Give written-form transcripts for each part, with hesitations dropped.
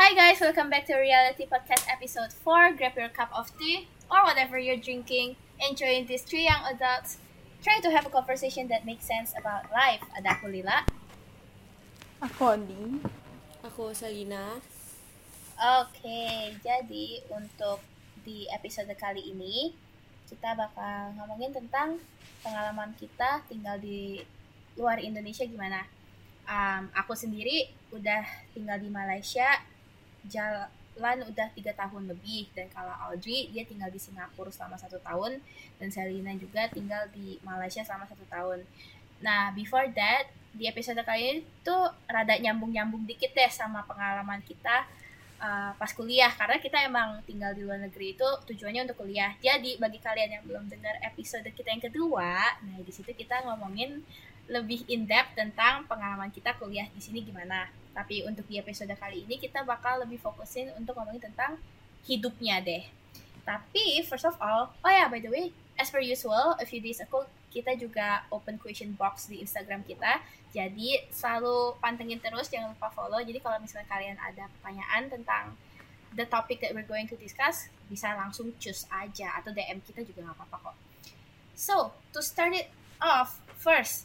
Hi guys, welcome back to Reality Podcast episode 4. Grab your cup of tea or whatever you're drinking. Enjoying these three young adults trying to have a conversation that makes sense about life. Ada aku Lila. Aku Odi. Aku Salina. Oke, jadi untuk di episode kali ini kita bakal ngomongin tentang pengalaman kita tinggal di luar Indonesia gimana. Aku sendiri udah tinggal di Malaysia jalan udah 3 tahun lebih, dan kalau Audrey dia tinggal di Singapura selama 1 tahun, dan Selina juga tinggal di Malaysia selama 1 tahun. Nah, before that, di episode kali ini tuh rada nyambung-nyambung dikit deh sama pengalaman kita pas kuliah, karena kita emang tinggal di luar negeri itu tujuannya untuk kuliah. Jadi bagi kalian yang belum dengar episode kita yang kedua, nah di situ kita ngomongin lebih in-depth tentang pengalaman kita kuliah di sini gimana. Tapi untuk di episode kali ini kita bakal lebih fokusin untuk ngomongin tentang hidupnya deh. Tapi first of all, by the way, as per usual, a few days ago kita juga open question box di Instagram kita. Jadi selalu pantengin terus, jangan lupa follow. Jadi kalau misalnya kalian ada pertanyaan tentang the topic that we're going to discuss, bisa langsung choose aja atau DM kita juga nggak apa-apa kok. So, to start it off, first,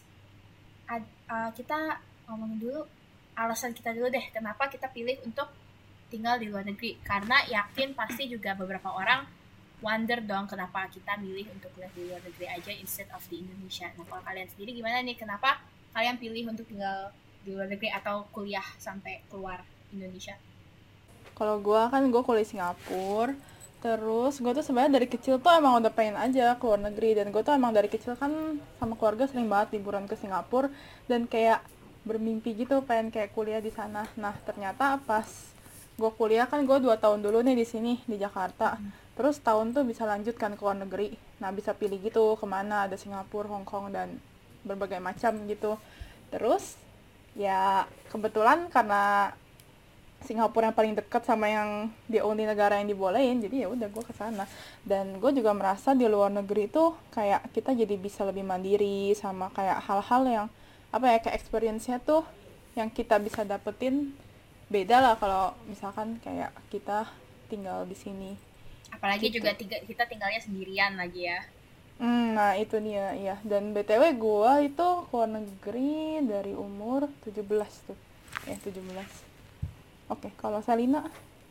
kita ngomongin dulu alasan kita dulu deh, kenapa kita pilih untuk tinggal di luar negeri. Karena yakin pasti juga beberapa orang wonder dong kenapa kita milih untuk kuliah di luar negeri aja instead of di Indonesia. Nah, kalau kalian sendiri gimana nih, kenapa kalian pilih untuk tinggal di luar negeri atau kuliah sampai keluar Indonesia? Kalau gue kuliah Singapura. Terus gue tuh sebenarnya dari kecil tuh emang udah pengen aja ke luar negeri. Dan gue tuh emang dari kecil kan sama keluarga sering banget liburan ke Singapura. Dan kayak bermimpi gitu pengen kayak kuliah di sana. Nah ternyata pas gue kuliah kan gue 2 tahun dulu nih di sini di Jakarta. Terus tahun tuh bisa lanjut kan ke luar negeri. Nah bisa pilih gitu kemana, ada Singapura, Hong Kong, dan berbagai macam gitu. Terus ya kebetulan karena Singapura yang paling dekat sama yang the only negara yang dibolehin, jadi ya udah gue kesana. Dan gue juga merasa di luar negeri tuh kayak kita jadi bisa lebih mandiri, sama kayak hal-hal yang kayak experience-nya tuh yang kita bisa dapetin beda lah kalau misalkan kayak kita tinggal di sini. Apalagi gitu. Juga kita tinggalnya sendirian lagi ya. Nah itu dia, iya. Dan BTW gue itu keluar negeri dari umur 17 tuh. 17. Oke, kalau Salina?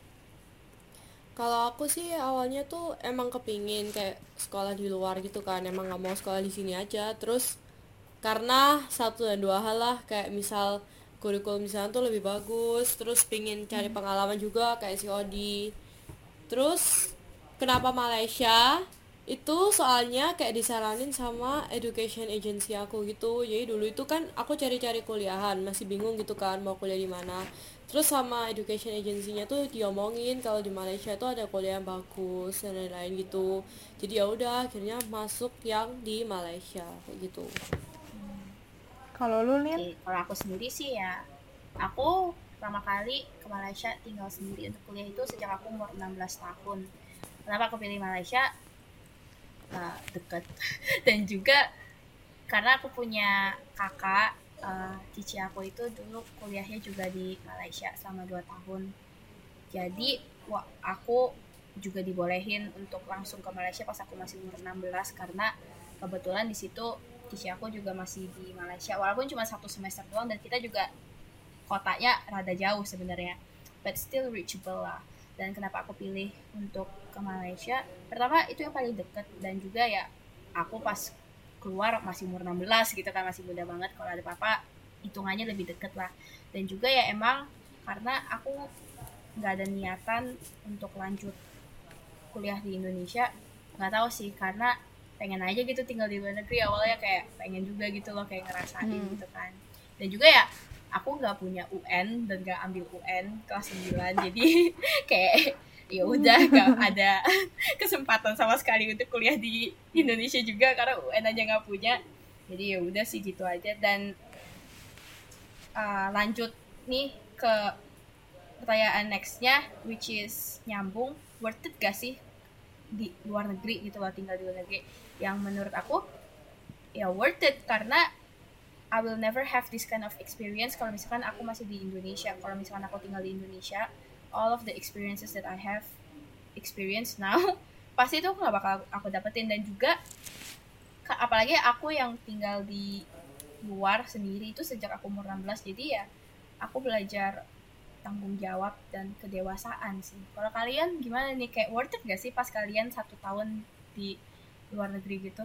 Kalau aku sih awalnya tuh emang kepingin kayak sekolah di luar gitu kan, emang nggak mau sekolah di sini aja. Terus karena 1 dan 2 hal lah, kayak misal kurikulum di sana tuh lebih bagus, terus pingin cari pengalaman juga kayak si Odi. Terus kenapa Malaysia? Itu soalnya kayak disaranin sama education agency aku gitu. Jadi dulu itu kan aku cari-cari kuliahan, masih bingung gitu kan mau kuliah di mana. Terus sama education agency-nya tuh diomongin kalau di Malaysia tuh ada kuliah yang bagus dan lain-lain gitu. Jadi ya udah akhirnya masuk yang di Malaysia kayak gitu. Kalau lu, Lin? Kalau aku sendiri sih ya, aku pertama kali ke Malaysia tinggal sendiri untuk kuliah itu sejak aku umur 16 tahun. Kenapa aku pilih Malaysia? Deket. Dan juga karena aku punya kakak, cici aku itu dulu kuliahnya juga di Malaysia selama 2 tahun. Jadi aku juga dibolehin untuk langsung ke Malaysia pas aku masih umur 16, karena kebetulan di situ cici aku juga masih di Malaysia, walaupun cuma 1 semester doang, dan kita juga kotanya rada jauh sebenarnya, but still reachable lah. Dan kenapa aku pilih untuk ke Malaysia? Pertama itu yang paling deket, dan juga ya aku pas keluar masih umur 16 gitu kan, masih muda banget. Kalau ada papa hitungannya lebih deket lah. Dan juga ya emang karena aku nggak ada niatan untuk lanjut kuliah di Indonesia, nggak tahu sih, karena pengen aja gitu tinggal di luar negeri. Awalnya kayak pengen juga gitu loh, kayak ngerasain gitu kan. Dan juga ya aku nggak punya UN dan nggak ambil UN kelas 9, jadi kayak ya udah nggak ada kesempatan sama sekali untuk kuliah di Indonesia juga karena UN aja nggak punya. Jadi ya udah sih gitu aja. Dan lanjut nih ke pertanyaan nextnya, which is nyambung, worth it gak sih di luar negeri gitu loh, tinggal di luar negeri? Yang menurut aku ya worth it, karena I will never have this kind of experience kalau misalkan aku masih di Indonesia. Kalau misalkan aku tinggal di Indonesia, all of the experiences that I have experienced now pasti itu nggak bakal aku dapetin. Dan juga apalagi aku yang tinggal di luar sendiri itu sejak aku umur 16, jadi ya aku belajar tanggung jawab dan kedewasaan sih. Kalau kalian gimana nih, kayak worth it gak sih pas kalian 1 tahun di luar negeri gitu?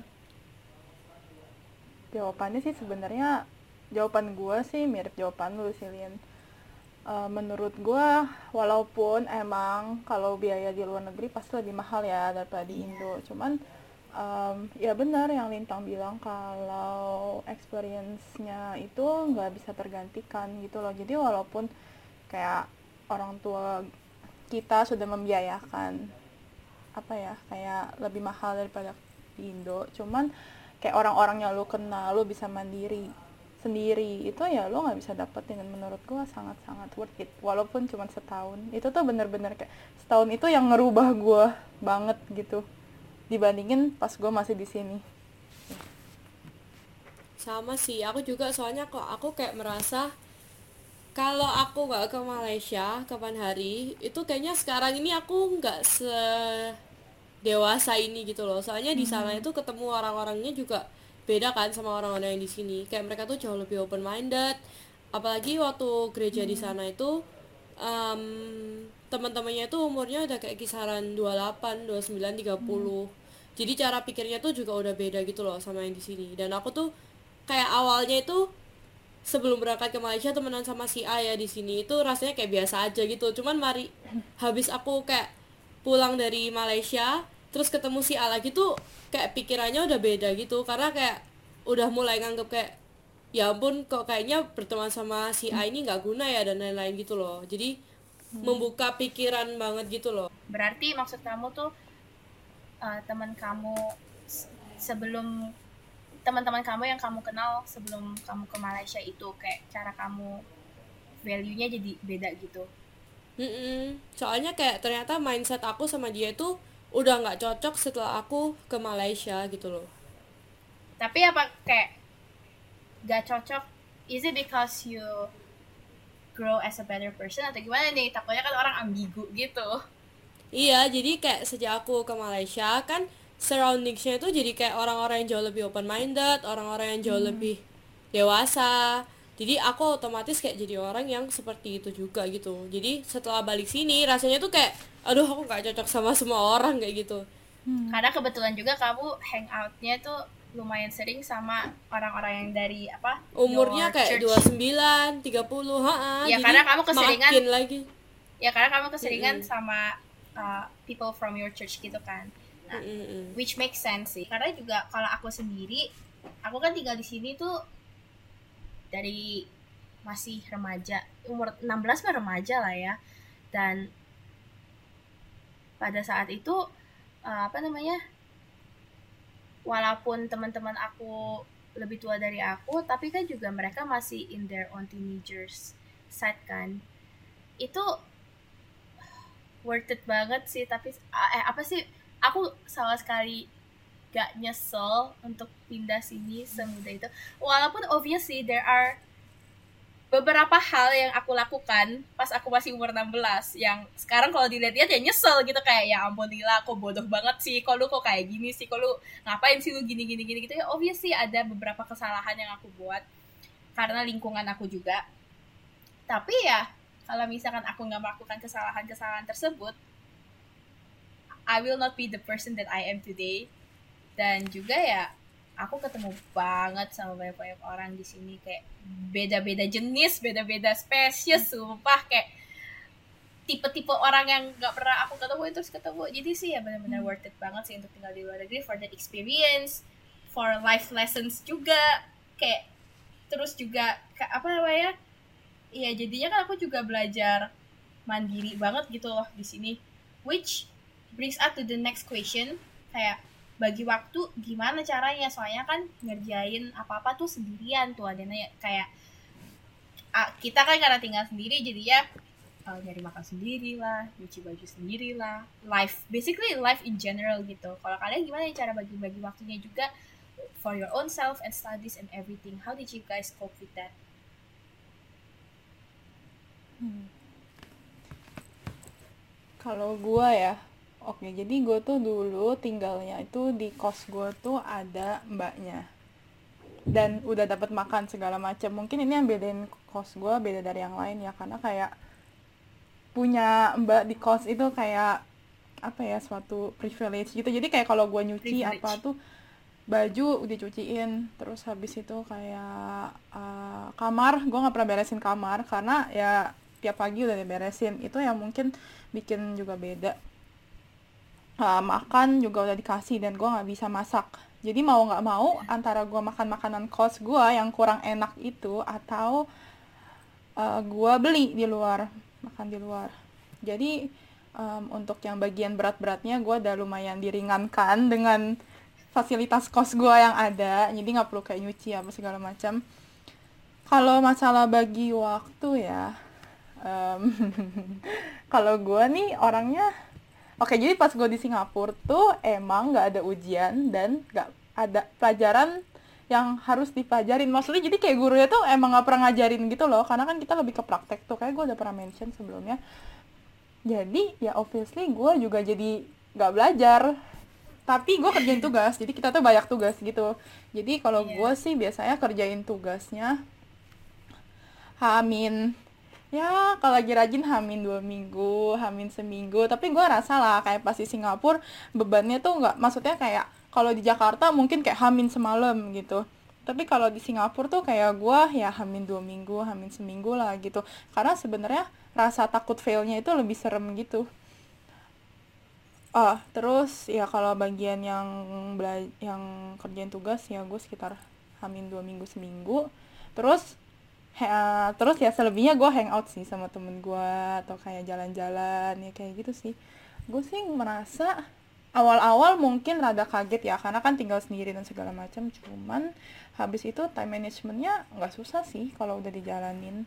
Jawabannya sih sebenarnya jawaban gue sih mirip jawaban lu sih, Lin. Menurut gue, walaupun emang kalau biaya di luar negeri pasti lebih mahal ya daripada di Indo, cuman ya benar yang Lintang bilang kalau experience-nya itu nggak bisa tergantikan gitu loh. Jadi walaupun kayak orang tua kita sudah membiayakan apa ya, kayak lebih mahal daripada di Indo, cuman kayak orang-orang yang lu kenal, lu bisa mandiri sendiri, itu ya lo nggak bisa dapetin. Dan menurut gue sangat-sangat worth it walaupun cuma setahun. Itu tuh bener-bener kayak setahun itu yang ngerubah gue banget gitu dibandingin pas gue masih di sini. Sama sih, aku juga soalnya kok aku kayak merasa kalau aku nggak ke Malaysia kapan hari itu kayaknya sekarang ini aku nggak dewasa ini gitu loh. Soalnya di sana itu ketemu orang-orangnya juga beda kan sama orang-orang yang di sini. Kayak mereka tuh jauh lebih open minded. Apalagi waktu gereja di sana itu teman-temannya itu umurnya udah kayak kisaran 28, 29, 30. Jadi cara pikirnya tuh juga udah beda gitu loh sama yang di sini. Dan aku tuh kayak awalnya itu sebelum berangkat ke Malaysia temenan sama si A ya di sini itu rasanya kayak biasa aja gitu. Cuman habis aku kayak pulang dari Malaysia terus ketemu si A lagi tuh kayak pikirannya udah beda gitu, karena kayak udah mulai nganggep kayak ya ampun kok kayaknya berteman sama si A ini nggak guna ya dan lain-lain gitu loh. Jadi membuka pikiran banget gitu loh. Berarti maksud kamu tuh teman kamu sebelum teman-teman kamu yang kamu kenal sebelum kamu ke Malaysia itu kayak cara kamu value-nya jadi beda gitu. Soalnya kayak ternyata mindset aku sama dia itu udah nggak cocok setelah aku ke Malaysia gitu loh. Tapi apa kayak gak cocok? Is it because you grow as a better person atau gimana nih? Takutnya kan orang ambigu gitu. Iya, jadi kayak sejak aku ke Malaysia kan surroundingsnya itu jadi kayak orang-orang yang jauh lebih open minded, orang-orang yang jauh lebih dewasa. Jadi aku otomatis kayak jadi orang yang seperti itu juga gitu. Jadi setelah balik sini rasanya tuh kayak aduh aku nggak cocok sama semua orang kayak gitu. Karena kebetulan juga kamu hangoutnya tuh lumayan sering sama orang-orang yang dari apa? Umurnya your kayak church. 29, 30, Ya jadi karena kamu keseringan makin lagi. ya karena kamu keseringan sama people from your church gitu kan. Nah, which makes sense sih. Karena juga kalau aku sendiri, aku kan tinggal di sini tuh dari masih remaja, umur 16 mah remaja lah ya. Dan pada saat itu apa namanya? Walaupun teman-teman aku lebih tua dari aku, tapi kan juga mereka masih in their own teenagers side kan. Itu worth it banget sih, tapi apa sih, aku sama sekali gak nyesel untuk pindah sini semudah itu. Walaupun obviously there are beberapa hal yang aku lakukan pas aku masih umur 16 yang sekarang kalau dilihat-lihat ya nyesel gitu, kayak ya ampun Lila kok bodoh banget sih, kok lu kok kayak gini sih, kok lu ngapain sih lu gini gitu ya. Obviously ada beberapa kesalahan yang aku buat karena lingkungan aku juga, tapi ya kalau misalkan aku nggak melakukan kesalahan-kesalahan tersebut, I will not be the person that I am today. Dan juga ya aku ketemu banget sama banyak-banyak orang di sini, kayak beda-beda jenis, beda-beda spesies, sumpah kayak tipe-tipe orang yang nggak pernah aku ketemu terus ketemu. Jadi sih ya benar-benar worth it banget sih untuk tinggal di luar negeri, for that experience, for life lessons juga, kayak terus juga apa namanya, iya jadinya kan aku juga belajar mandiri banget gitu loh di sini, which brings us to the next question, kayak bagi waktu gimana caranya, soalnya kan ngerjain apa-apa tuh sendirian tuh adanya, kayak kita kan karena tinggal sendiri jadi ya nyari makan sendiri lah, nyuci baju sendiri lah, basically life in general gitu. Kalau kalian gimana cara bagi-bagi waktunya juga for your own self and studies and everything? How did you guys cope with that? Kalau gua ya, oke, jadi gua tuh dulu tinggalnya itu di kos gua tuh ada mbaknya. Dan udah dapat makan segala macam. Mungkin ini yang bedain kos gua beda dari yang lain ya, karena kayak punya mbak di kos itu kayak apa ya, suatu privilege gitu. Jadi kayak kalau gua nyuci apa Privilege. tuh baju dicuciin, terus habis itu kayak kamar gua nggak pernah beresin kamar karena ya tiap pagi udah diberesin. Itu yang mungkin bikin juga beda. Makan juga udah dikasih dan gue nggak bisa masak, jadi mau nggak mau antara gue makan makanan kos gue yang kurang enak itu atau gue beli di luar, makan di luar. Jadi untuk yang bagian berat-beratnya gue udah lumayan diringankan dengan fasilitas kos gue yang ada, jadi nggak perlu kayak nyuci apa segala macam. Kalau masalah bagi waktu ya, em, kalau gue nih orangnya, oke, jadi pas gue di Singapura tuh emang nggak ada ujian dan nggak ada pelajaran yang harus dipelajarin. Maksudnya jadi kayak gurunya tuh emang nggak pernah ngajarin gitu loh, karena kan kita lebih ke praktek tuh, kayak gue udah pernah mention sebelumnya. Jadi ya obviously gue juga jadi nggak belajar, tapi gue kerjain tugas. Jadi kita tuh banyak tugas gitu. Jadi kalau gue Iya. sih biasanya kerjain tugasnya Hamin, ya kalau lagi rajin Hamin 2 minggu, Hamin seminggu. Tapi gue rasa lah kayak pas di Singapura bebannya tuh nggak, maksudnya kayak kalau di Jakarta mungkin kayak Hamin semalam gitu. Tapi kalau di Singapura tuh kayak gue ya Hamin 2 minggu, Hamin seminggu lah gitu. Karena sebenarnya rasa takut failnya itu lebih serem gitu. Terus ya kalau bagian yang kerjain tugas ya gue sekitar Hamin 2 minggu seminggu. Terus terus ya selebihnya gue hangout sih sama temen gue atau kayak jalan-jalan ya kayak gitu sih. Gue sih merasa awal-awal mungkin rada kaget ya karena kan tinggal sendiri dan segala macam. Cuman habis itu time managementnya nggak susah sih kalau udah dijalanin.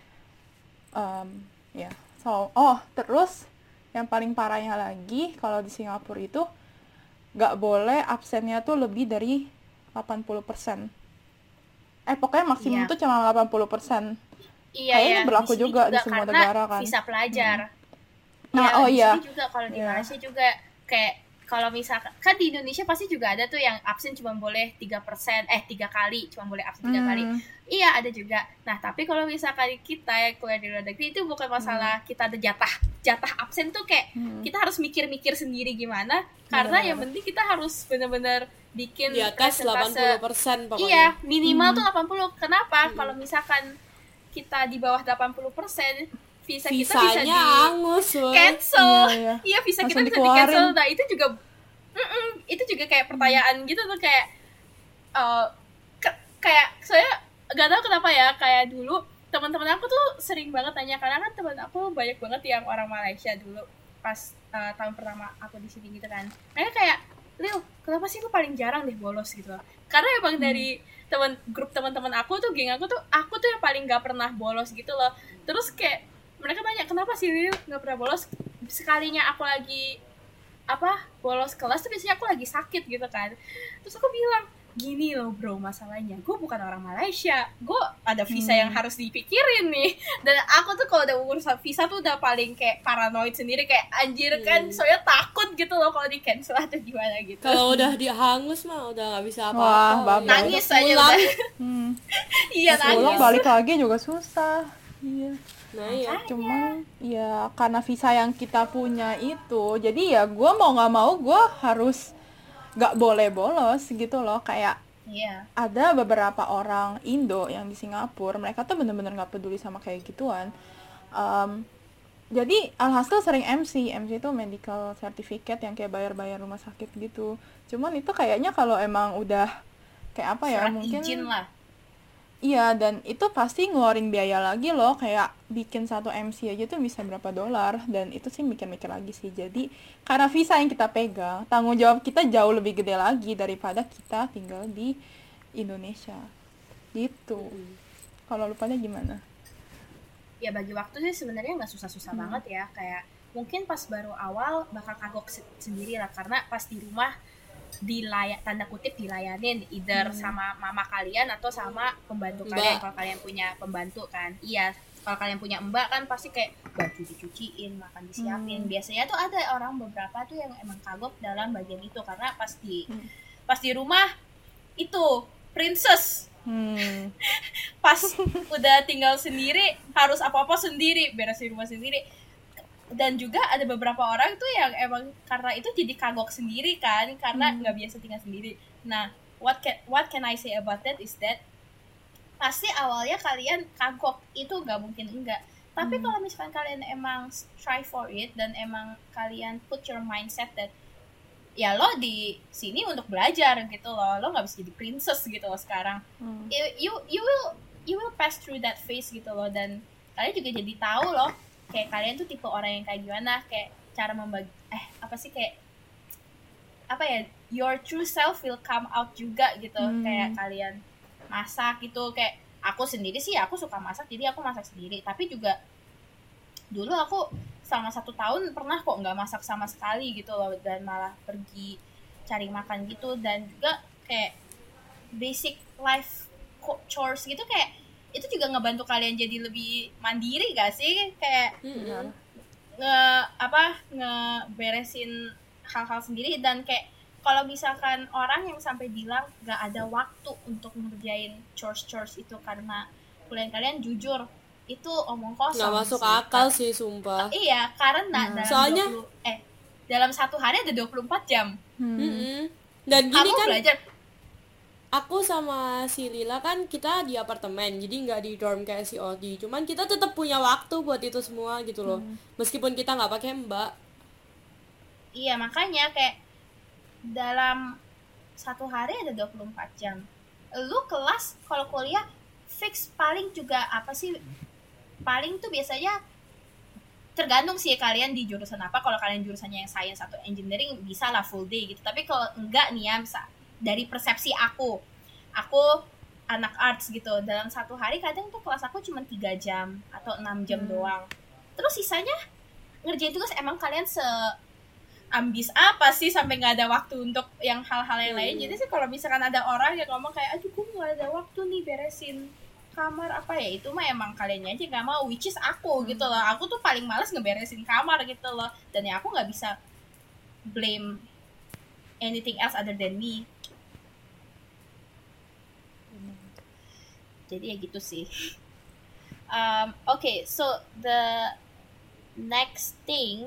Ya, terus yang paling parahnya lagi kalau di Singapura itu nggak boleh absennya tuh lebih dari 80%. Pokoknya maksimum Iya. tuh cuma 80%. Iya Kayaknya ya, ini di berlaku sini juga di juga semua karena negara kan. visa pelajar. Nah, Iya, oh di iya. sini juga kalau di Iya. Malaysia juga kayak kalau misalkan kan di Indonesia pasti juga ada tuh yang absen cuma boleh 3%, 3 kali, cuma boleh absen 3 kali. Iya, ada juga. Nah, tapi kalau misalkan kita yang kuliah di luar negeri itu bukan masalah kita ada jatah absen tuh kayak kita harus mikir-mikir sendiri gimana karena Benar-benar. yang penting kita harus benar-benar bikin Di atas persentase. 80% pokoknya. Iya, minimal tuh 80. Kenapa? Kalau misalkan kita di bawah 80%, visa kita bisa Visanya di angus, woy. cancel. Iya. Iya, visa kita Langsung bisa di cancel. dikeluarin. Nah, itu juga kayak pertanyaan gitu tuh kayak eh, kayak saya nggak tahu kenapa ya, kayak dulu teman-teman aku tuh sering banget tanya karena kan teman aku banyak banget yang orang Malaysia dulu pas tahun pertama aku di sini gitu kan. Mereka kayak, Lil, kenapa sih lu paling jarang deh bolos gitu loh. Karena emang dari grup teman-teman aku tuh, geng aku tuh yang paling nggak pernah bolos gitu loh. Terus kayak mereka tanya kenapa sih Lil nggak pernah bolos. Sekalinya aku lagi bolos kelas tuh biasanya aku lagi sakit gitu kan. Terus aku bilang, gini loh bro, masalahnya gue bukan orang Malaysia, gue ada visa yang harus dipikirin nih, dan aku tuh kalau udah urusan visa tuh udah paling kayak paranoid sendiri, kayak anjir kan, soalnya takut gitu loh kalau di cancel atau gimana gitu. Kalau udah dihangus mah udah nggak bisa Wah, apa-apa. bapak. Nangis aja pulang. udah. Iya, Pulang nangis. balik lagi juga susah. Iya. Nah iya. Cuman ya karena visa yang kita punya itu, jadi ya gue mau nggak mau gue harus nggak boleh bolos gitu loh. Kayak Iya. ada beberapa orang Indo yang di Singapura, mereka tuh bener-bener nggak peduli sama kayak gituan. Jadi alhasil sering MC itu medical certificate yang kayak bayar-bayar rumah sakit gitu. Cuman itu kayaknya kalau emang udah kayak apa ya, Surat mungkin izin lah. iya, dan itu pasti ngeluarin biaya lagi loh, kayak bikin satu MC aja tuh bisa berapa dolar, dan itu sih mikir-mikir lagi sih. Jadi karena visa yang kita pegang, tanggung jawab kita jauh lebih gede lagi daripada kita tinggal di Indonesia gitu. Kalau lu pada gimana? Ya bagi waktu sih sebenarnya nggak susah-susah banget ya, kayak mungkin pas baru awal bakal kagok sendiri lah, karena pas di rumah tanda kutip dilayanin either sama mama kalian atau sama pembantu kalian, kalau kalian punya pembantu kan. Iya, kalau kalian punya mbak kan pasti kayak baju dicuciin, makan disiapin. Biasanya tuh ada orang beberapa tuh yang emang kagok dalam bagian itu, karena pas di rumah itu princess, pas udah tinggal sendiri harus apa-apa sendiri, beresin rumah sendiri. Dan juga ada beberapa orang tuh yang emang karena itu jadi kagok sendiri kan, karena nggak biasa tinggal sendiri. Nah, what can I say about that is that pasti awalnya kalian kagok, itu nggak mungkin enggak. Tapi kalau misalkan kalian emang try for it dan emang kalian put your mindset that ya lo di sini untuk belajar gitu loh, lo nggak bisa jadi princess gitu loh sekarang. You will pass through that phase gitu loh, dan kalian juga jadi tahu loh kayak kalian tuh tipe orang yang kayak gimana, kayak cara membagi your true self will come out juga gitu. Kayak kalian masak gitu, kayak aku sendiri sih aku suka masak, jadi aku masak sendiri. Tapi juga dulu aku selama 1 tahun pernah kok nggak masak sama sekali gitu loh, dan malah pergi cari makan gitu. Dan juga kayak basic life chores gitu, kayak itu juga ngebantu kalian jadi lebih mandiri gak sih, kayak ngeberesin hal-hal sendiri. Dan kayak kalau misalkan orang yang sampai bilang gak ada waktu untuk ngerjain chores itu karena kuliah kalian, jujur itu omong kosong. Nggak masuk akal sih sumpah. Iya, karena soalnya dalam 1 hari ada 24 jam. Dan gini kamu kan belajar. Aku sama si Lila kan kita di apartemen, jadi nggak di dorm kayak si Odi. Cuman kita tetap punya waktu buat itu semua gitu loh. Meskipun kita nggak pakai mbak. Iya, makanya kayak dalam 1 hari ada 24 jam. Lu kelas kalau kuliah fix paling juga apa sih? Paling tuh biasanya tergantung sih kalian di jurusan apa. Kalau kalian jurusannya yang science atau engineering bisa lah full day gitu. Tapi kalau enggak nih ya, dari persepsi aku anak arts gitu, dalam 1 hari kadang tuh kelas aku cuma 3 jam atau 6 jam doang. Terus sisanya ngerjain tugas. Emang kalian ambis apa sih sampai nggak ada waktu untuk yang hal-hal yang lain? Jadi sih kalau misalkan ada orang yang ngomong kayak aduh gue nggak ada waktu nih beresin kamar apa ya, itu mah emang kalian aja nggak mau, which is aku gitu loh. Aku tuh paling males ngeberesin kamar gitu loh, dan ya aku nggak bisa blame anything else other than me. Jadi ya gitu sih. Okay, so the next thing,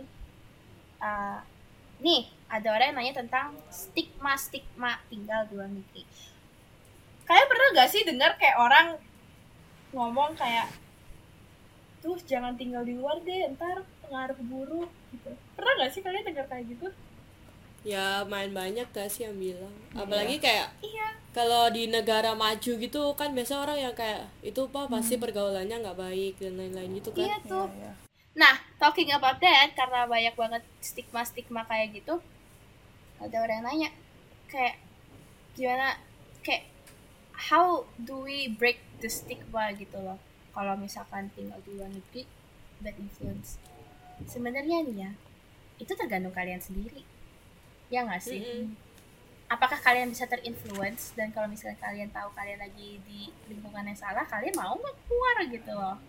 nih ada orang yang nanya tentang stigma tinggal di luar negeri. Kalian pernah gak sih dengar kayak orang ngomong kayak tuh jangan tinggal di luar deh, ntar pengaruh buruk gitu? Pernah gak sih kalian dengar kayak gitu? Ya main banyak gak sih yang bilang. Apalagi kayak kalau di negara maju gitu kan biasa orang yang kayak itu pasti pergaulannya nggak baik dan lain-lain gitu kan. Iya tuh. Nah, talking about that, karena banyak banget stigma kayak gitu, ada orang yang nanya kayak gimana, kayak how do we break the stigma gitu loh kalau misalkan tinggal di luar negeri bad influence. Sebenarnya nih ya, itu tergantung kalian sendiri, ya nggak sih? Apakah kalian bisa terinfluence, dan kalau misalnya kalian tahu kalian lagi di lingkungan yang salah, kalian mau nggak keluar gitu loh?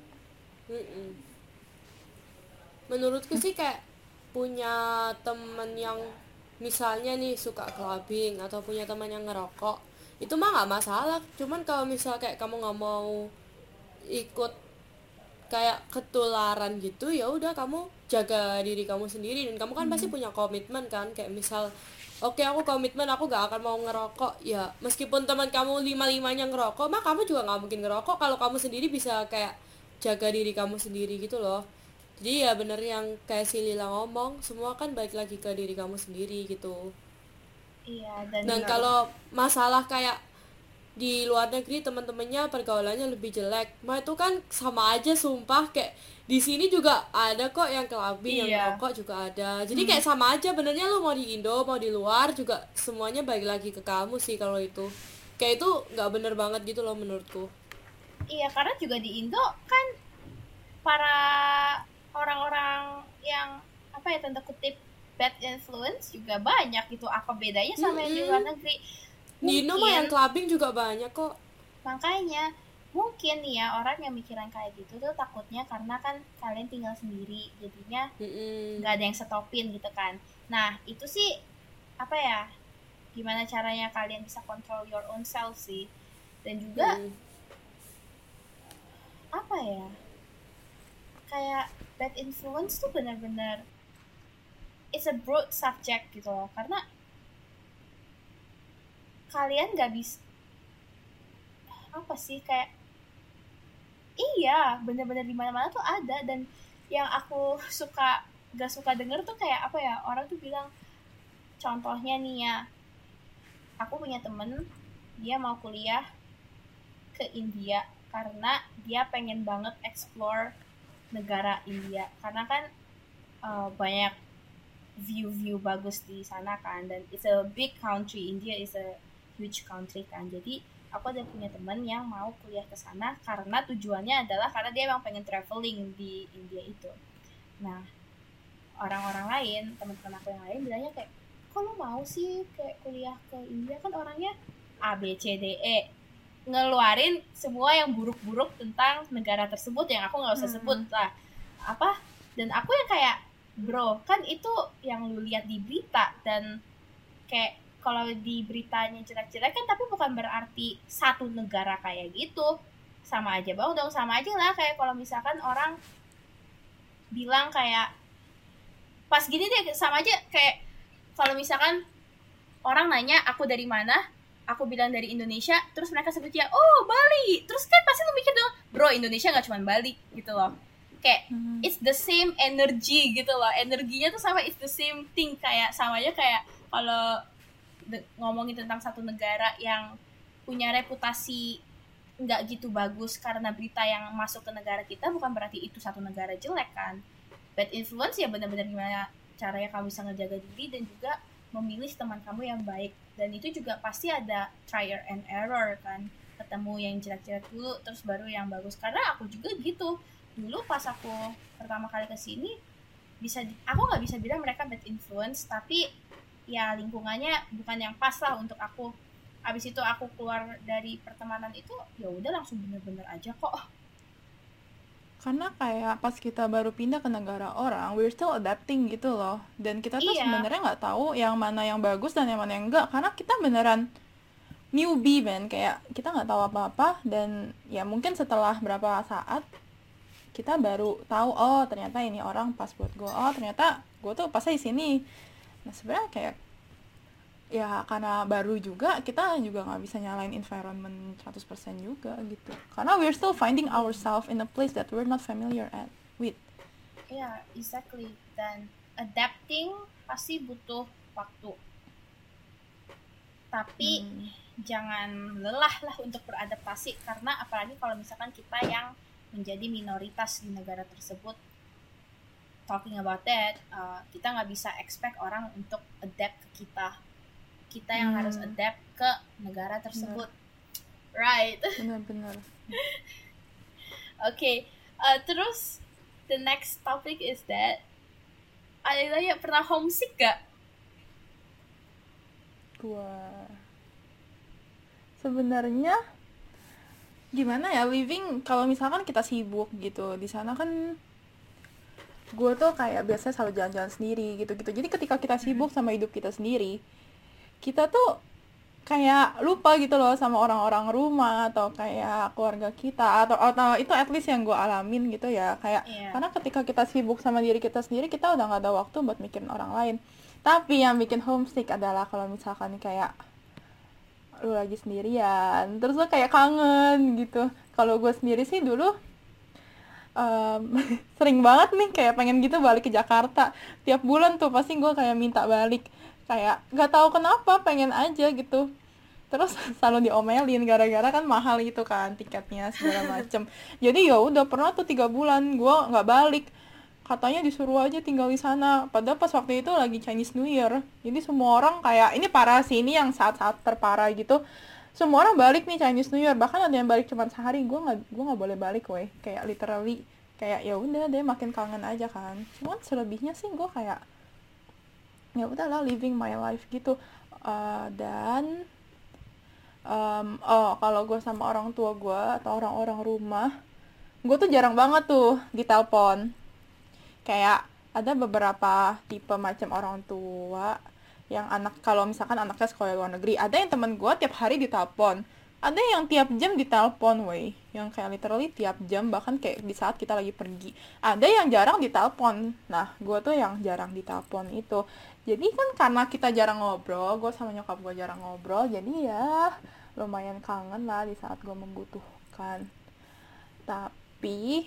Menurutku sih kayak punya temen yang misalnya nih suka clubbing atau punya teman yang ngerokok, itu mah nggak masalah. Cuman kalau misal kayak kamu nggak mau ikut kayak ketularan gitu, ya udah kamu jaga diri kamu sendiri. Dan kamu kan pasti punya komitmen kan, kayak misal oke, aku komitmen aku gak akan mau ngerokok. Ya meskipun teman kamu 5-5-nya ngerokok, mah kamu juga gak mungkin ngerokok kalau kamu sendiri bisa kayak jaga diri kamu sendiri gitu loh. Jadi ya bener yang kayak si Lila ngomong, semua kan balik lagi ke diri kamu sendiri gitu. Iya, dan kalau masalah kayak di luar negeri teman-temannya pergaulannya lebih jelek, mah itu kan sama aja sumpah. Kayak di sini juga ada kok yang clubbing, yang ngerokok juga ada. Jadi kayak sama aja benernya, lu mau di Indo mau di luar juga semuanya balik lagi ke kamu sih. Kalau itu kayak itu nggak bener banget gitu loh menurutku. Iya, karena juga di Indo kan para orang-orang yang apa ya, tanda kutip bad influence juga banyak gitu. Apa bedanya sama yang di luar negeri? Di Indo mah yang clubbing juga banyak kok. Makanya mungkin nih ya orang yang mikiran kayak gitu tuh takutnya karena kan kalian tinggal sendiri jadinya Mm-mm. nggak ada yang stopin gitu kan. Nah itu sih apa ya, gimana caranya kalian bisa control your own self sih. Dan juga Mm-mm. apa ya, kayak bad influence tuh benar-benar it's a broad subject gitu loh, karena kalian nggak bisa apa sih kayak iya bener-bener di mana-mana tuh ada. Dan yang aku gak suka denger tuh kayak apa ya, orang tuh bilang contohnya nih ya, aku punya temen dia mau kuliah ke India karena dia pengen banget explore negara India karena kan banyak view-view bagus di sana kan, dan it's a big country, India is a huge country kan. Jadi aku ada punya teman yang mau kuliah ke sana karena tujuannya adalah karena dia emang pengen traveling di India itu. Nah orang-orang lain, teman-teman aku yang lain bilangnya kayak, kok lu mau sih kayak kuliah ke India, kan orangnya A B C D E, ngeluarin semua yang buruk-buruk tentang negara tersebut yang aku nggak usah sebut lah apa. Dan aku yang kayak, bro kan itu yang lu lihat di berita, dan kayak kalau di beritanya jelek-jelek kan tapi bukan berarti satu negara kayak gitu. Sama aja bang dong, sama aja lah kayak kalau misalkan orang bilang kayak pas gini deh, sama aja kayak kalau misalkan orang nanya aku dari mana, aku bilang dari Indonesia, terus mereka sebutnya oh Bali, terus kan pasti lu mikir dong, bro Indonesia nggak cuma Bali gitu loh. Kayak it's the same energy gitu loh, energinya tuh sama, it's the same thing, kayak sama aja kayak kalau ngomongin tentang satu negara yang punya reputasi nggak gitu bagus karena berita yang masuk ke negara kita, bukan berarti itu satu negara jelek kan. Bad influence ya benar-benar gimana caranya kamu bisa ngejaga diri dan juga memilih teman kamu yang baik. Dan itu juga pasti ada trial and error kan, ketemu yang jelek-jelek dulu terus baru yang bagus. Karena aku juga gitu dulu pas aku pertama kali kesini, aku nggak bisa bilang mereka bad influence, tapi ya lingkungannya bukan yang pas lah untuk aku. Abis itu aku keluar dari pertemanan itu, ya udah langsung bener-bener aja kok. Karena kayak pas kita baru pindah ke negara orang, we're still adapting gitu loh. Dan kita tuh Iya, sebenarnya nggak tahu yang mana yang bagus dan yang mana yang enggak. Karena kita beneran newbie, man. Kayak kita nggak tahu apa-apa. Dan ya mungkin setelah berapa saat, kita baru tahu, oh ternyata ini orang pas buat gue. Oh ternyata gue tuh pasnya di sini. Nah sebenarnya kayak ya karena baru juga, kita juga nggak bisa nyalain environment 100% juga gitu, karena we're still finding ourselves in a place that we're not familiar with. iya, exactly. Dan adapting pasti butuh waktu. Tapi jangan lelah lah untuk beradaptasi, karena apalagi kalau misalkan kita yang menjadi minoritas di negara tersebut. Talking about that, kita nggak bisa expect orang untuk adapt ke kita. Kita yang harus adapt ke negara tersebut. Right. Benar-benar. Okay. Terus the next topic is that Alilaya pernah homesick gak? Gua sebenarnya gimana ya, living kalau misalkan kita sibuk gitu di sana kan, gue tuh kayak biasanya selalu jalan-jalan sendiri gitu-gitu. Jadi ketika kita sibuk sama hidup kita sendiri, kita tuh kayak lupa gitu loh sama orang-orang rumah atau kayak keluarga kita, atau itu at least yang gue alamin gitu ya, kayak karena ketika kita sibuk sama diri kita sendiri, kita udah nggak ada waktu buat mikirin orang lain. Tapi yang bikin homesick adalah kalau misalkan kayak lu lagi sendirian terus lu kayak kangen gitu. Kalau gue sendiri sih dulu sering banget nih kayak pengen gitu balik ke Jakarta. Tiap bulan tuh pasti gue kayak minta balik, kayak nggak tahu kenapa pengen aja gitu. Terus selalu diomelin gara-gara kan mahal gitu kan tiketnya segala macem. Jadi ya udah pernah tuh 3 bulan gue nggak balik, katanya disuruh aja tinggal di sana. Padahal pas waktu itu lagi Chinese New Year, jadi semua orang kayak, ini parah sih, ini yang saat-saat terparah gitu, semua orang balik nih Chinese New Year. Bahkan ada yang balik cuma sehari. Gue nggak boleh balik weh, kayak literally kayak ya udah deh, makin kangen aja kan. Cuman selebihnya sih gue kayak ya udahlah, living my life gitu. Dan Kalau gue sama orang tua gue atau orang-orang rumah, gue tuh jarang banget tuh ditelepon. Kayak ada beberapa tipe macam orang tua yang kalau misalkan anaknya sekolah luar negeri, ada yang temen gue tiap hari ditelepon, ada yang tiap jam ditelepon, yang kayak literally tiap jam, bahkan kayak di saat kita lagi pergi. Ada yang jarang ditelepon. Nah, gue tuh yang jarang ditelepon itu. Jadi kan karena kita jarang ngobrol, gue sama nyokap gue jarang ngobrol, jadi ya lumayan kangen lah di saat gue membutuhkan. Tapi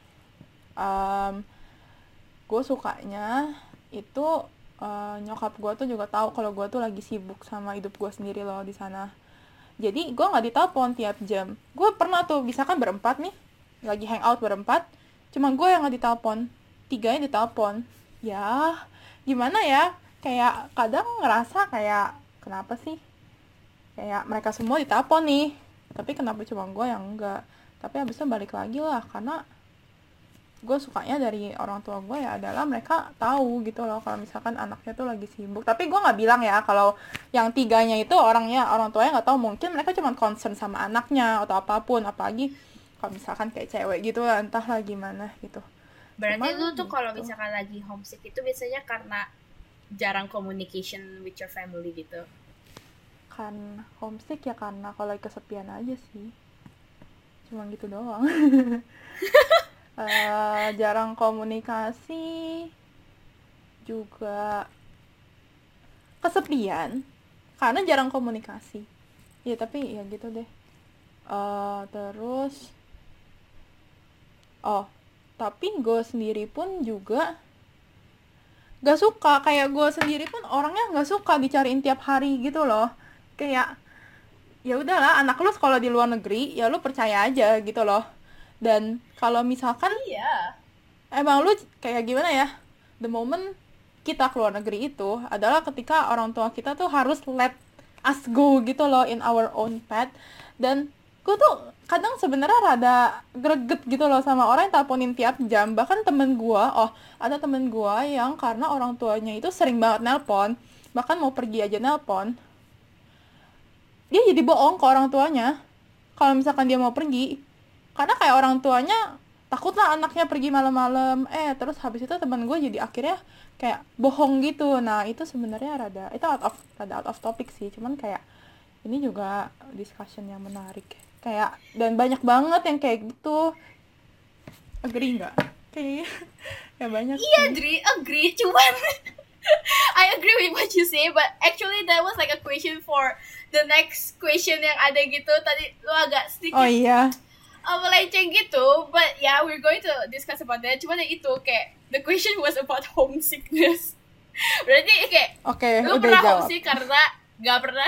gue sukanya itu nyokap gue tuh juga tahu kalau gue tuh lagi sibuk sama hidup gue sendiri loh di sana. Jadi gue nggak ditelepon tiap jam. Gue pernah tuh misalkan berempat nih, lagi hangout berempat, cuma gue yang nggak ditelepon, tiganya ditelepon. Ya gimana ya, kayak kadang ngerasa kayak kenapa sih, kayak mereka semua ditelepon nih, tapi kenapa cuma gue yang enggak. Tapi habis itu balik lagi lah, karena gue sukanya dari orang tua gue ya adalah mereka tahu gitu loh kalau misalkan anaknya tuh lagi sibuk. Tapi gue nggak bilang ya kalau yang tiganya itu orang tuanya nggak tahu, mungkin mereka cuma concern sama anaknya atau apapun, apalagi kalau misalkan kayak cewek gitu lah, entahlah gimana gitu. Berarti lu tuh kalau misalkan lagi homesick itu biasanya karena jarang communication with your family gitu. Kan homesick ya karena kalau lagi kesepian aja sih, cuma gitu doang. Jarang komunikasi juga kesepian karena jarang komunikasi ya, tapi ya gitu deh. Terus tapi gue sendiri pun juga gak suka, kayak gue sendiri pun orangnya gak suka dicariin tiap hari gitu loh. Kayak ya udahlah, anak lu sekolah di luar negeri, ya lu percaya aja gitu loh. Dan kalau misalkan emang lu kayak gimana ya, the moment kita keluar negeri itu adalah ketika orang tua kita tuh harus let us go gitu loh in our own path. Dan gue tuh kadang sebenarnya rada greget gitu loh sama orang yang teleponin tiap jam. Bahkan ada temen gue yang karena orang tuanya itu sering banget nelpon, bahkan mau pergi aja nelpon, dia jadi bohong ke orang tuanya kalau misalkan dia mau pergi, karena kayak orang tuanya takut lah anaknya pergi malam-malam. Terus habis itu teman gue jadi akhirnya kayak bohong gitu. Nah itu sebenarnya rada out of topic sih, cuman kayak ini juga discussion yang menarik kayak, dan banyak banget yang kayak gitu. Agree nggak? Kayak ya banyak. Iya, agree. Cuman I agree with what you say, but actually that was like a question for the next question yang ada gitu. Tadi lu agak sedikit melenceng gitu, but yeah, we're going to discuss about that. Cuman itu kayak the question was about homesickness. Berarti kayak lu pernah jawab. Homesick karena gak pernah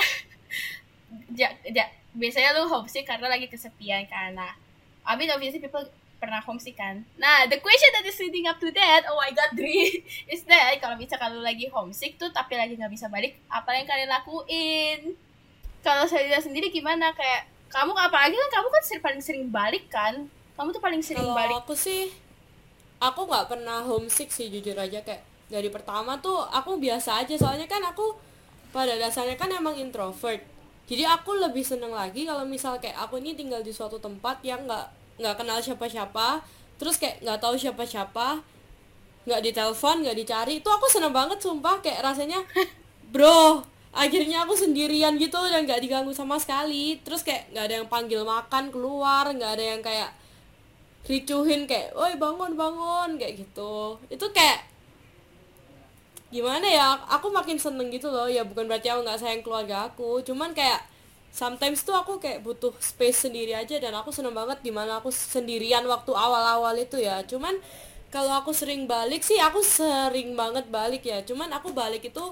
biasanya lu homesick karena lagi kesepian, karena I mean obviously people pernah homesick kan. Nah, the question that is leading up to that, oh my god, Dri, is that kalau misalkan lu lagi homesick tuh tapi lagi gak bisa balik, apa yang kalian lakuin? Kalau saya sendiri gimana, kayak kamu apalagi kan kamu kan paling sering balik kan, kamu tuh paling sering balik. Kalau aku sih, aku nggak pernah homesick sih jujur aja. Kayak dari pertama tuh aku biasa aja, soalnya kan aku pada dasarnya kan emang introvert. Jadi aku lebih seneng lagi kalau misal kayak aku ini tinggal di suatu tempat yang nggak kenal siapa-siapa, terus kayak nggak tahu siapa-siapa, nggak ditelepon, nggak dicari. Itu aku seneng banget sumpah, kayak rasanya bro, akhirnya aku sendirian gitu dan gak diganggu sama sekali. Terus kayak gak ada yang panggil makan keluar, gak ada yang kayak ricuhin kayak woi bangun kayak gitu. Itu kayak gimana ya, aku makin seneng gitu loh. Ya bukan berarti aku gak sayang keluarga aku, cuman kayak sometimes tuh aku kayak butuh space sendiri aja. Dan aku seneng banget dimana aku sendirian waktu awal-awal itu ya. Cuman kalau aku sering balik sih, aku sering banget balik ya. Cuman aku balik itu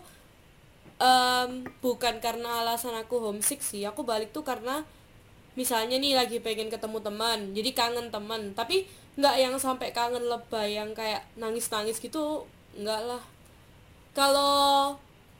bukan karena alasan aku homesick sih. Aku balik tuh karena misalnya nih lagi pengen ketemu teman, jadi kangen teman. Tapi nggak yang sampai kangen lebay yang kayak nangis-nangis gitu, nggak lah. Kalau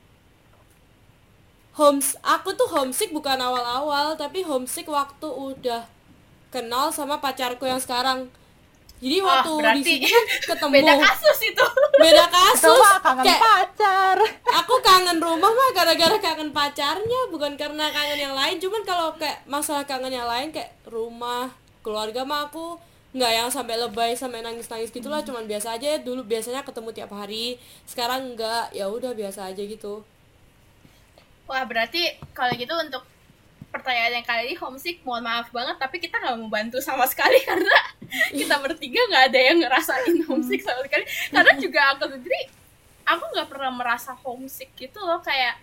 aku tuh homesick bukan awal-awal, tapi homesick waktu udah kenal sama pacarku yang sekarang. Jadi waktu di sini kan ketemu. Beda kasus itu. Beda kasus. Kangen kayak pacar. Aku aku kangen rumah mah gara-gara kangen pacarnya, bukan karena kangen yang lain. Cuman kalau kayak masalah kangen yang lain kayak rumah, keluarga mah aku nggak yang sampai lebay sampai nangis-nangis gitulah, cuman biasa aja. Dulu biasanya ketemu tiap hari, sekarang enggak, ya udah biasa aja gitu. Wah, berarti kalau gitu untuk pertanyaan yang kali ini homesick, mohon maaf banget, tapi kita nggak mau bantu sama sekali karena kita bertiga nggak ada yang ngerasain homesick sama sekali. Karena juga aku sendiri, aku nggak pernah merasa homesick gitu loh, kayak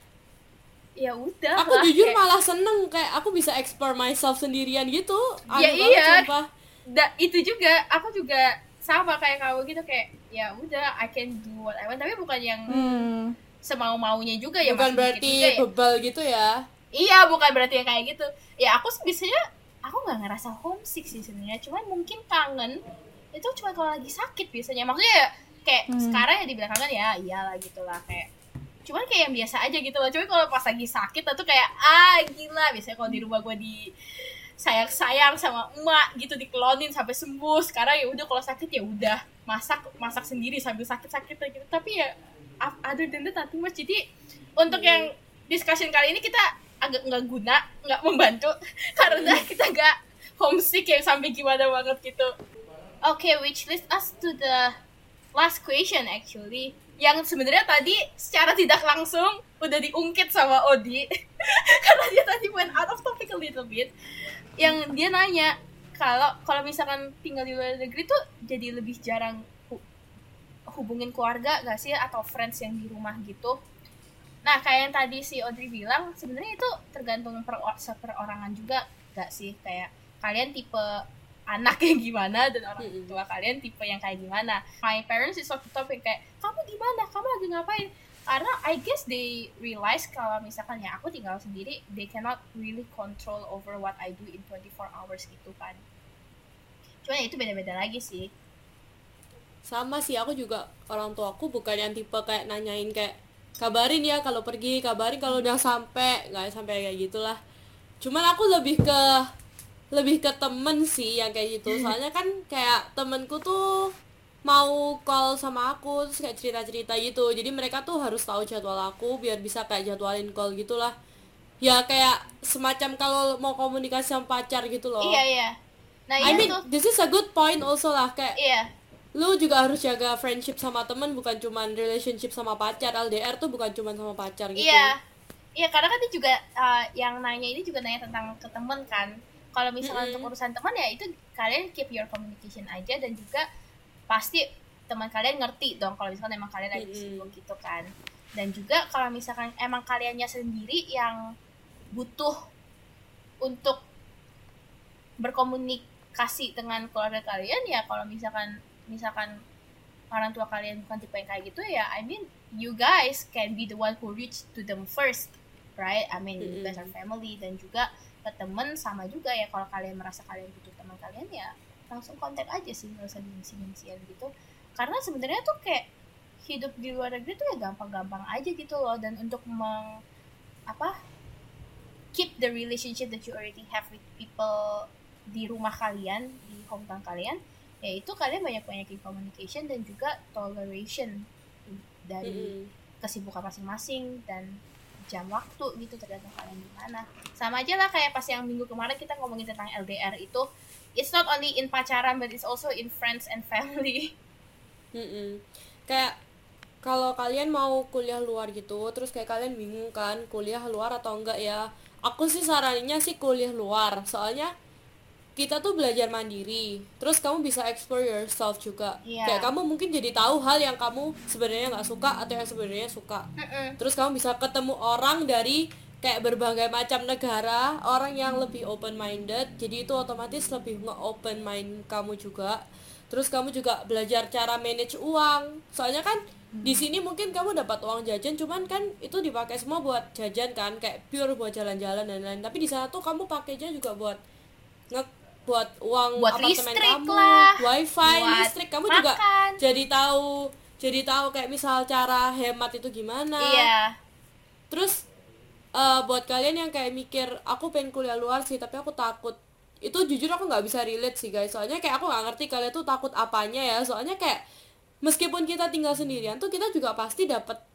ya udah. Aku jujur kayak, malah seneng, kayak aku bisa explore myself sendirian gitu. ya Aneh banget, iya, sumpah. itu juga, aku juga sama kayak kamu gitu, kayak ya udah I can do what I want, tapi bukan yang semau-maunya juga ya, Bukan masih dikit berarti juga ya. bebal gitu ya. Iya, bukan berarti yang kayak gitu. Ya aku biasanya aku nggak ngerasa homesick sih sebenarnya, cuman mungkin kangen itu cuma kalau lagi sakit biasanya. Maksudnya ya kayak sekarang ya dibilang kangen ya iyalah gitu lah, kayak cuman kayak yang biasa aja gitu loh. Cuman kalau pas lagi sakit itu kayak gila, biasanya kalau di rumah gue di sayang-sayang sama emak gitu, dikelonin sampai sembuh. Sekarang ya udah kalau sakit ya udah masak sendiri sambil sakit-sakit gitu. Tapi ya other than that nothing much. Jadi untuk yang discussion kali ini kita agak nggak guna, nggak membantu karena kita nggak homesick yang sampai gimana banget gitu. Okay, which leads us to the last question actually, yang sebenarnya tadi secara tidak langsung udah diungkit sama Odi karena dia tadi went out of topic a little bit. Yang dia nanya kalau misalkan tinggal di luar negeri tuh jadi lebih jarang hubungin keluarga gak sih, atau friends yang di rumah gitu. Nah, kayak yang tadi si Audrey bilang, sebenarnya itu tergantung perorangan juga gak sih? Kayak kalian tipe anak yang gimana dan orang tua kalian tipe yang kayak gimana. My parents is waktu topik kayak, kamu gimana? Kamu lagi ngapain? Karena I guess they realize kalau misalkan ya aku tinggal sendiri, they cannot really control over what I do in 24 hours gitu kan. Cuman ya itu beda-beda lagi sih. Sama sih, aku juga orang tua aku bukan yang tipe kayak nanyain kayak kabarin ya kalau pergi, kabarin kalau udah sampai, nggak sampai kayak gitulah. Cuman aku lebih ke temen sih yang kayak gitu. Soalnya kan kayak temenku tuh mau call sama aku terus kayak cerita-cerita gitu, jadi mereka tuh harus tahu jadwal aku biar bisa kayak jadwalin call gitulah. Ya kayak semacam kalau mau komunikasi sama pacar gitu loh. Iya. Nah, I mean, tuh. this is a good point also lah, kayak Iya. lu juga harus jaga friendship sama temen, bukan cuman relationship sama pacar. LDR tuh bukan cuman sama pacar gitu. Iya, karena kan dia juga yang nanya ini juga nanya tentang ke temen kan. Kalau misalnya untuk urusan teman ya itu kalian keep your communication aja, dan juga pasti teman kalian ngerti dong kalau misalkan emang kalian lagi sibuk gitu kan. Dan juga kalau misalkan emang kaliannya sendiri yang butuh untuk berkomunikasi dengan keluarga kalian, ya kalau misalkan orang tua kalian bukan tipe yang kayak gitu ya, I mean you guys can be the one who reach to them first, right? I mean you guys are family. Dan juga ke temen sama juga ya, kalau kalian merasa kalian butuh teman kalian ya langsung kontak aja sih, nggak usah gengsi-gengsian gitu. Karena sebenarnya tuh kayak hidup di luar negeri tuh ya gampang-gampang aja gitu loh. Dan untuk keep the relationship that you already have with people di rumah kalian, di hometown kalian, yaitu kalian banyak-banyakin communication dan juga toleration dari kesibukan masing-masing dan jam waktu gitu, tergantung kalian gimana. Sama aja lah kayak pas yang minggu kemarin kita ngomongin tentang LDR itu, it's not only in pacaran but it's also in friends and family. Kayak kalau kalian mau kuliah luar gitu, terus kayak kalian bingung kan kuliah luar atau enggak ya, aku sih sarannya sih kuliah luar. Soalnya kita tuh belajar mandiri, terus kamu bisa explore yourself juga. Kayak kamu mungkin jadi tahu hal yang kamu sebenarnya nggak suka atau yang sebenarnya suka. Terus kamu bisa ketemu orang dari kayak berbagai macam negara, orang yang lebih open minded, jadi itu otomatis lebih nge-open mind kamu juga. Terus kamu juga belajar cara manage uang. Soalnya kan di sini mungkin kamu dapat uang jajan, cuman kan itu dipakai semua buat jajan kan, kayak pure buat jalan-jalan dan lain-lain. Tapi di sana tuh kamu pakainya juga buat uang buat apartemen kamu, lah, wifi, buat listrik. Kamu makan. juga jadi tahu kayak misal cara hemat itu gimana. Iya. Terus buat kalian yang kayak mikir aku pengen kuliah luar sih tapi aku takut, itu jujur aku nggak bisa relate sih guys. Soalnya kayak aku nggak ngerti kalian tuh takut apanya ya. Soalnya kayak meskipun kita tinggal sendirian tuh kita juga pasti dapat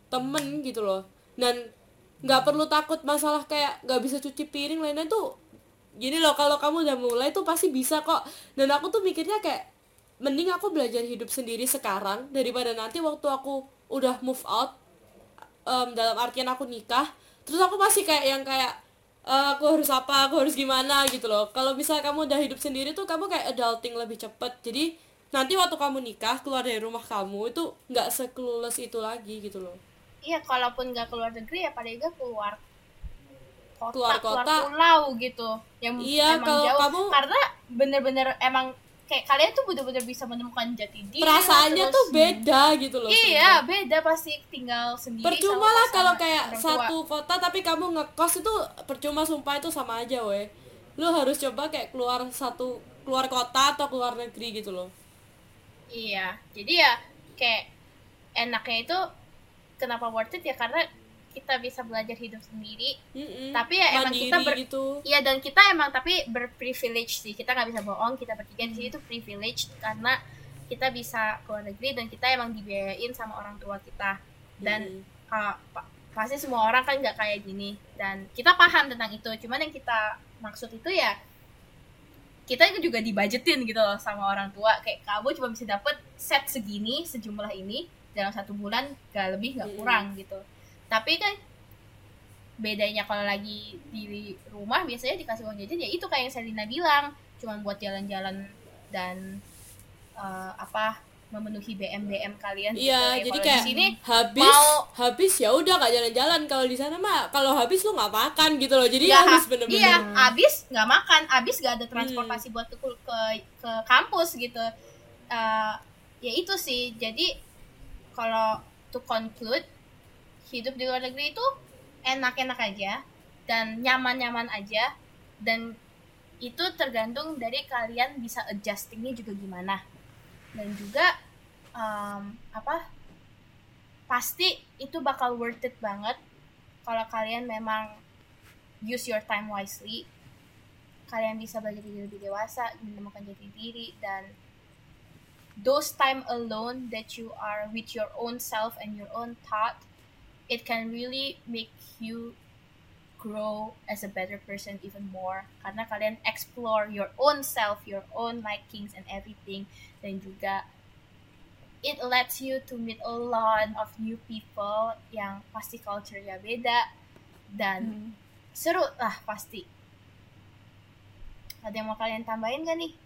temen gitu loh. Dan nggak perlu takut masalah kayak nggak bisa cuci piring lain-lain tuh. Gini loh, kalau kamu udah mulai tuh pasti bisa kok. Dan aku tuh mikirnya kayak mending aku belajar hidup sendiri sekarang daripada nanti waktu aku udah move out, dalam artian aku nikah terus aku masih kayak yang kayak aku harus apa, aku harus gimana gitu loh. Kalau misalnya kamu udah hidup sendiri tuh kamu kayak adulting lebih cepet, jadi nanti waktu kamu nikah keluar dari rumah kamu itu nggak se-clueless itu lagi gitu loh. Iya, kalaupun nggak keluar negeri ya paling nggak keluar Keluar keluar kota. pulau gitu, yang Iya, emang kalau jauh, kamu karena bener-bener emang kayak kalian tuh bener-bener bisa menemukan jati diri lah, perasaannya terus tuh beda gitu loh. iya sumpah. beda pasti tinggal sendiri Percuma sama lah kalau sama kayak orang tua. satu kota tapi kamu ngekos itu percuma, sumpah itu sama aja weh. Lu harus coba kayak keluar kota atau keluar negeri gitu loh. Iya, jadi ya kayak enaknya itu kenapa worth it ya karena kita bisa belajar hidup sendiri. Tapi ya emang kita Mandiri gitu. iya, dan kita emang tapi berprivilege sih, kita nggak bisa bohong, kita bertiga di sini tuh privilege karena kita bisa keluar negeri dan kita emang dibiayain sama orang tua kita. Dan pasti semua orang kan nggak kayak gini dan kita paham tentang itu. Cuman yang kita maksud itu ya kita itu juga dibudgetin gitu loh sama orang tua, kayak kamu cuma bisa dapet set segini, sejumlah ini dalam 1 bulan, gak lebih gak kurang gitu. Tapi kan bedanya kalau lagi di rumah biasanya dikasih uang jajan ya itu kayak yang Selina bilang, cuma buat jalan-jalan dan memenuhi BM kalian. Iya, gitu. jadi Kalau kayak di sini habis ya udah nggak jalan-jalan. Kalau di sana mah kalau habis lu nggak makan gitu loh. Jadi ya, harus bener-bener. Iya, habis nggak makan, habis nggak ada transportasi buat ke kampus gitu. Ya itu sih. Jadi kalau to conclude, hidup di luar negeri itu enak-enak aja dan nyaman-nyaman aja, dan itu tergantung dari kalian bisa adjustingnya juga gimana. Dan juga pasti itu bakal worth it banget kalau kalian memang use your time wisely. Kalian bisa belajar jadi lebih dewasa, menemukan jati diri, dan those time alone that you are with your own self and your own thought, it can really make you grow as a better person even more karena kalian explore your own self, your own likings and everything. Dan juga it lets you to meet a lot of new people yang pasti culture-nya beda dan seru lah pasti. Ada yang mau kalian tambahin gak nih?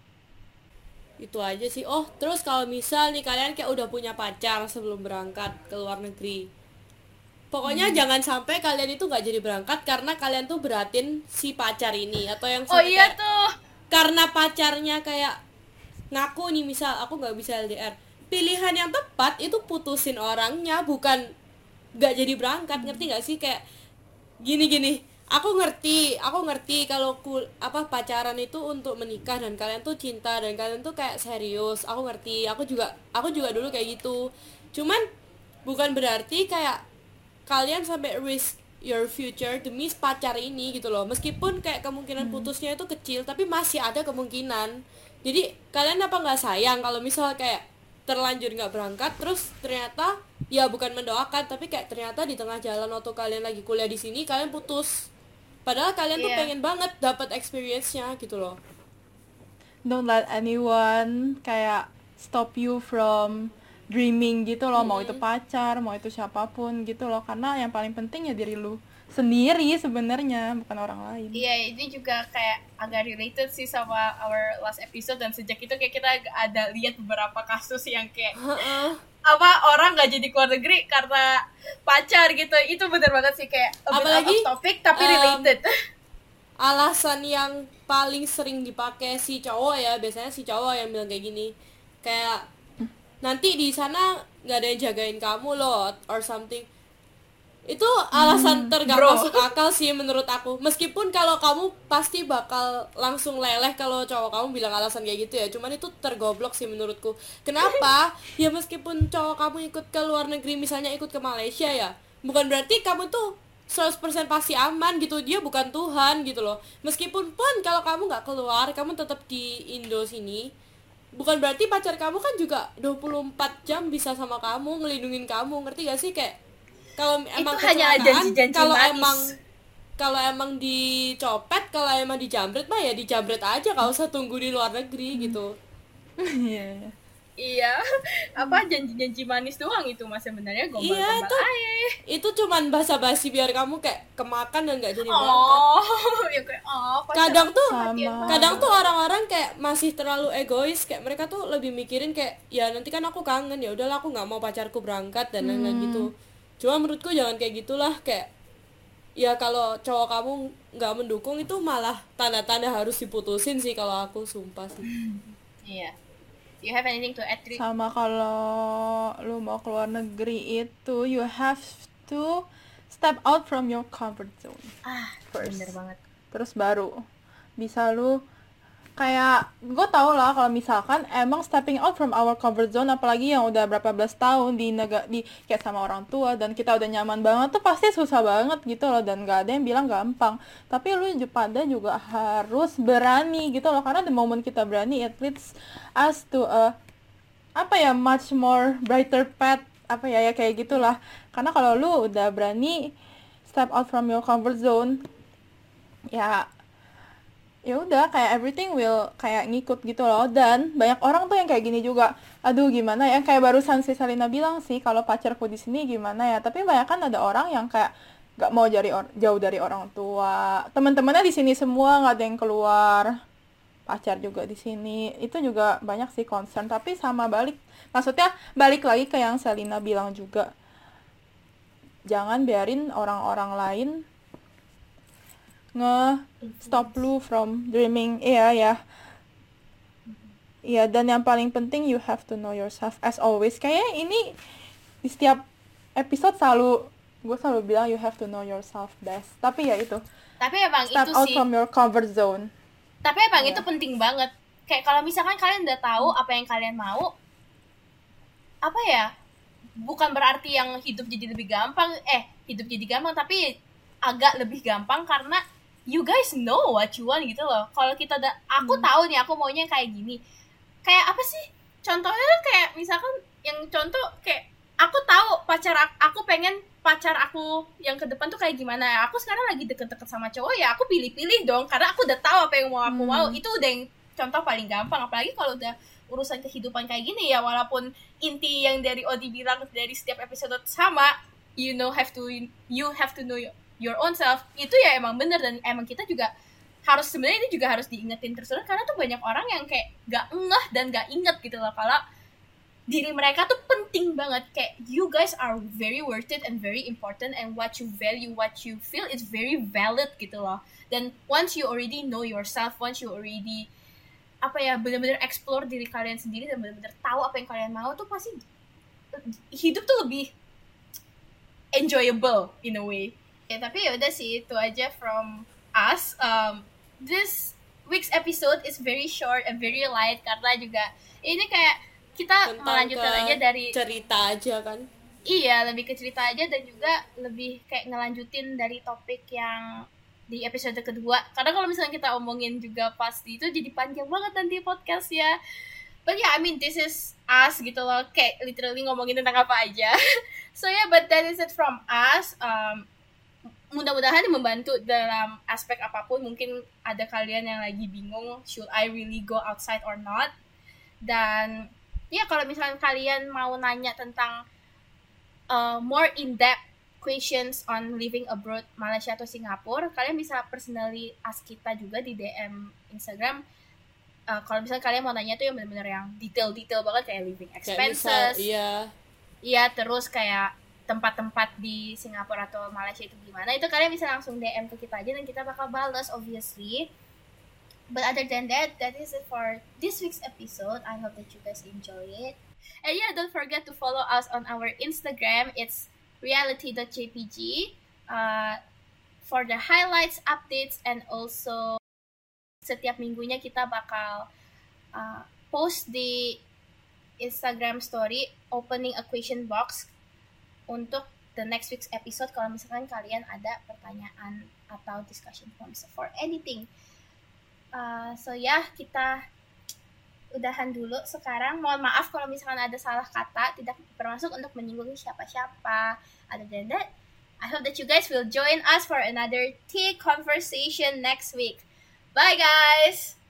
Itu aja sih. Oh, terus kalau misal nih kalian kayak udah punya pacar sebelum berangkat ke luar negeri, pokoknya jangan sampai kalian itu nggak jadi berangkat karena kalian tuh beratin si pacar ini, atau yang sampai kayak, tuh karena pacarnya kayak ngaku nih, misal aku nggak bisa LDR. Pilihan yang tepat itu putusin orangnya, bukan nggak jadi berangkat. Ngerti nggak sih? Kayak gini aku ngerti kalau pacaran itu untuk menikah dan kalian tuh cinta dan kalian tuh kayak serius. Aku ngerti, aku juga dulu kayak gitu. Cuman bukan berarti kayak kalian sampai risk your future demi pacar ini gitu loh. Meskipun kayak kemungkinan putusnya itu kecil, tapi masih ada kemungkinan. Jadi kalian apa nggak sayang kalau misal kayak terlanjur nggak berangkat, terus ternyata ya bukan mendoakan, tapi kayak ternyata di tengah jalan waktu kalian lagi kuliah di sini kalian putus, padahal kalian tuh pengen banget dapat experience-nya gitu loh. Don't let anyone kayak stop you from dreaming gitu loh, mau itu pacar, mau itu siapapun gitu loh, karena yang paling penting ya diri lu sendiri sebenarnya, bukan orang lain. Iya, ini juga kayak agak related sih sama our last episode, dan sejak itu kayak kita ada lihat beberapa kasus yang kayak orang nggak jadi keluar negeri karena pacar gitu. Itu bener banget sih, kayak apalagi out of topic tapi related. Alasan yang paling sering dipakai si cowok ya, biasanya si cowok yang bilang kayak gini, kayak nanti di sana nggak ada yang jagain kamu loh or something. Itu alasan tergak masuk akal sih menurut aku. Meskipun kalau kamu pasti bakal langsung leleh kalau cowok kamu bilang alasan kayak gitu ya, cuman itu tergoblok sih menurutku. Kenapa? Ya meskipun cowok kamu ikut ke luar negeri, misalnya ikut ke Malaysia ya, bukan berarti kamu tuh 100% pasti aman gitu. Dia bukan Tuhan gitu loh. Meskipun pun kalau kamu gak keluar, kamu tetap di Indo sini, bukan berarti pacar kamu kan juga 24 jam bisa sama kamu, ngelindungin kamu. Ngerti gak sih? Kayak kalau emang Itu hanyalah kecelakaan, janji-janji manis. kalau emang dicopet, kalau emang dijamret mah ya dijamret aja, gak usah tunggu di luar negeri gitu. Iya. Iya, apa janji-janji manis doang itu mas sebenarnya Iya, gombal-gombal aja. itu cuman basa-basi biar kamu kayak kemakan dan gak jadi berangkat. Oh, ya kayak Kadang tuh Sama. kadang tuh orang-orang kayak masih terlalu egois, kayak mereka tuh lebih mikirin kayak ya nanti kan aku kangen, ya udahlah aku nggak mau pacarku berangkat dan lain-lain gitu. Cuma menurutku jangan kayak gitulah, kayak ya kalau cowok kamu nggak mendukung itu malah tanda-tanda harus diputusin sih kalau aku, sumpah sih. Iya. Do you have anything to add? Tri? Sama kalau lu mau keluar negeri itu, you have to step out from your comfort zone first. Bener banget. Terus baru bisa lu kayak, gue tau lah kalau misalkan emang stepping out from our comfort zone, apalagi yang udah berapa belas tahun di kayak sama orang tua dan kita udah nyaman banget tuh pasti susah banget gitu loh, dan gak ada yang bilang gampang. Tapi lu pada juga harus berani gitu loh, karena the moment kita berani it leads us to a much more brighter path, kayak gitulah. Karena kalau lu udah berani step out from your comfort zone, ya udah kayak everything will kayak ngikut gitu loh. Dan banyak orang tuh yang kayak gini juga, aduh gimana ya, kayak barusan si Salina bilang sih kalau pacarku di sini gimana ya, tapi banyak kan ada orang yang kayak gak mau jauh dari orang tua, teman-temannya di sini semua, nggak ada yang keluar, pacar juga di sini, itu juga banyak sih concern. Tapi maksudnya balik lagi ke yang Salina bilang juga, jangan biarin orang-orang lain stop lu from dreaming. Iya, dan yang paling penting you have to know yourself as always. Kayaknya ini di setiap episode gue selalu bilang you have to know yourself best. Tapi ya itu, Tapi emang step itu out sih. from your comfort zone. Tapi emang itu penting banget. Kayak kalau misalkan kalian udah tahu apa yang kalian mau, bukan berarti yang hidup jadi lebih gampang. Hidup jadi gampang, tapi agak lebih gampang karena you guys know what you want gitu loh. Kalau kita aku tahu nih aku maunya kayak gini. Kayak apa sih? Contohnya kayak misalkan yang contoh kayak aku tahu aku pengen pacar aku yang ke depan tuh kayak gimana. Aku sekarang lagi deket-deket sama cowok, ya aku pilih-pilih dong karena aku udah tahu apa yang aku mau. Itu udah yang contoh paling gampang. Apalagi kalau udah urusan kehidupan kayak gini ya, walaupun inti yang dari Odi bilang dari setiap episode sama, you have to know your own self, itu ya emang bener. Dan emang kita juga harus, sebenarnya ini juga harus diingetin terus karena tuh banyak orang yang kayak gak ngeh dan gak inget gitu loh kalau diri mereka tuh penting banget. Kayak you guys are very worth it and very important, and what you value, what you feel is very valid gitu loh. Dan once you already know yourself, once you already benar-benar explore diri kalian sendiri dan benar-benar tahu apa yang kalian mau, tuh pasti hidup tuh lebih enjoyable in a way. Ya, tapi ya udah sih, itu aja from us. This week's episode is very short and very light karena juga ini kayak kita melanjutkan aja dari cerita aja kan. Iya, lebih ke cerita aja dan juga lebih kayak ngelanjutin dari topik yang di episode kedua. Karena kalau misalnya kita omongin juga pasti itu jadi panjang banget nanti podcast ya. But yeah, I mean this is us gitu loh, kayak literally ngomongin tentang apa aja. So yeah, but that is it from us. Mudah-mudahan membantu dalam aspek apapun. Mungkin ada kalian yang lagi bingung, should I really go outside or not? Dan ya kalau misalnya kalian mau nanya tentang more in-depth questions on living abroad Malaysia atau Singapura, kalian bisa personally ask kita juga di DM Instagram. Kalau misalnya kalian mau nanya tuh yang benar-benar yang detail banget, kayak living expenses, iya, terus kayak tempat-tempat di Singapura atau Malaysia itu gimana, itu kalian bisa langsung DM ke kita aja dan kita bakal balas obviously. But other than that is it for this week's episode. I hope that you guys enjoy it. And yeah, don't forget to follow us on our Instagram. It's reality.jpg for the highlights, updates, and also setiap minggunya kita bakal post di Instagram story opening a question box untuk the next week's episode kalau misalkan kalian ada pertanyaan atau discussion points for anything. So ya, kita udahan dulu sekarang. Mohon maaf kalau misalkan ada salah kata, tidak bermaksud untuk menyinggung siapa-siapa. Other than that, I hope that you guys will join us for another tea conversation next week. Bye guys!